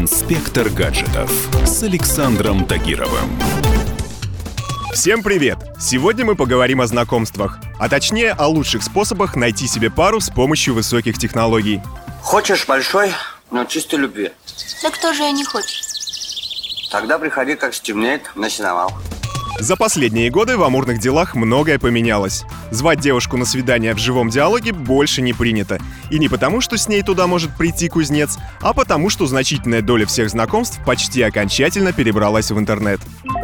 Инспектор гаджетов с Александром Тагировым. Всем привет! Сегодня мы поговорим о знакомствах, а точнее о лучших способах найти себе пару с помощью высоких технологий. Хочешь большой, но чистой любви? Да кто же ее не хочет? Тогда приходи, как стемнеет, на сеновал. За последние годы в амурных делах многое поменялось. Звать девушку на свидание в живом диалоге больше не принято. И не потому, что с ней туда может прийти кузнец, а потому, что значительная доля всех знакомств почти окончательно перебралась в интернет.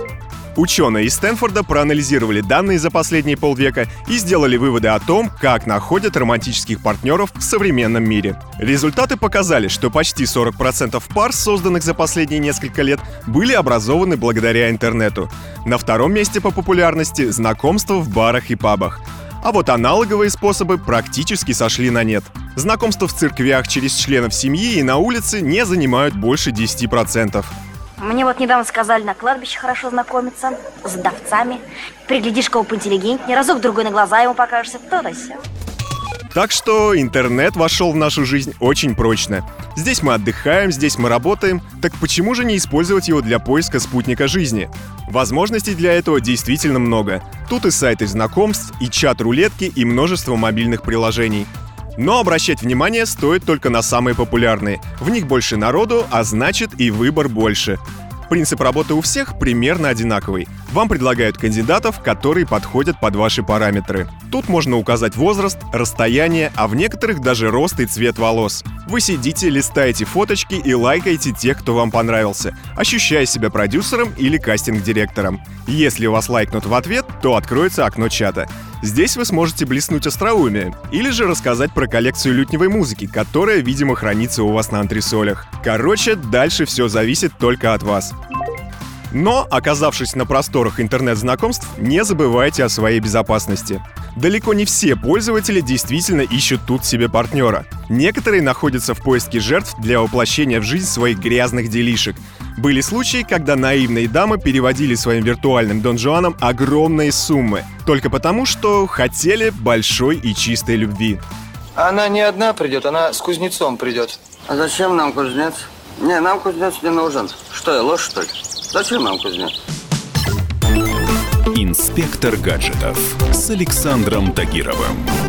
Ученые из Стэнфорда проанализировали данные за последние полвека и сделали выводы о том, как находят романтических партнеров в современном мире. Результаты показали, что почти 40% пар, созданных за последние несколько лет, были образованы благодаря интернету. На втором месте по популярности — знакомства в барах и пабах. А вот аналоговые способы практически сошли на нет. Знакомства в церквях через членов семьи и на улице не занимают больше 10%. Мне вот недавно сказали, на кладбище хорошо знакомиться с вдовцами. Приглядишь кого поинтеллигентнее, разок-другой на глаза ему покажешься, то-то сё. Так что интернет вошел в нашу жизнь очень прочно. Здесь мы отдыхаем, здесь мы работаем. Так почему же не использовать его для поиска спутника жизни? Возможностей для этого действительно много. Тут и сайты знакомств, и чат-рулетки, и множество мобильных приложений. Но обращать внимание стоит только на самые популярные. В них больше народу, а значит и выбор больше. Принцип работы у всех примерно одинаковый. Вам предлагают кандидатов, которые подходят под ваши параметры. Тут можно указать возраст, расстояние, а в некоторых даже рост и цвет волос. Вы сидите, листаете фоточки и лайкаете тех, кто вам понравился, ощущая себя продюсером или кастинг-директором. Если вас лайкнут в ответ, то откроется окно чата. Здесь вы сможете блеснуть остроумием или же рассказать про коллекцию лютневой музыки, которая, видимо, хранится у вас на антресолях. Короче, дальше все зависит только от вас. Но, оказавшись на просторах интернет-знакомств, не забывайте о своей безопасности. Далеко не все пользователи действительно ищут тут себе партнера. Некоторые находятся в поиске жертв для воплощения в жизнь своих грязных делишек. Были случаи, когда наивные дамы переводили своим виртуальным донжуанам огромные суммы, только потому, что хотели большой и чистой любви. Она не одна придет, она с кузнецом придет. А зачем нам кузнец? Не, нам кузнец не нужен. Что, я ложь, что ли? Зачем нам кузнец? Инспектор гаджетов с Александром Тагировым.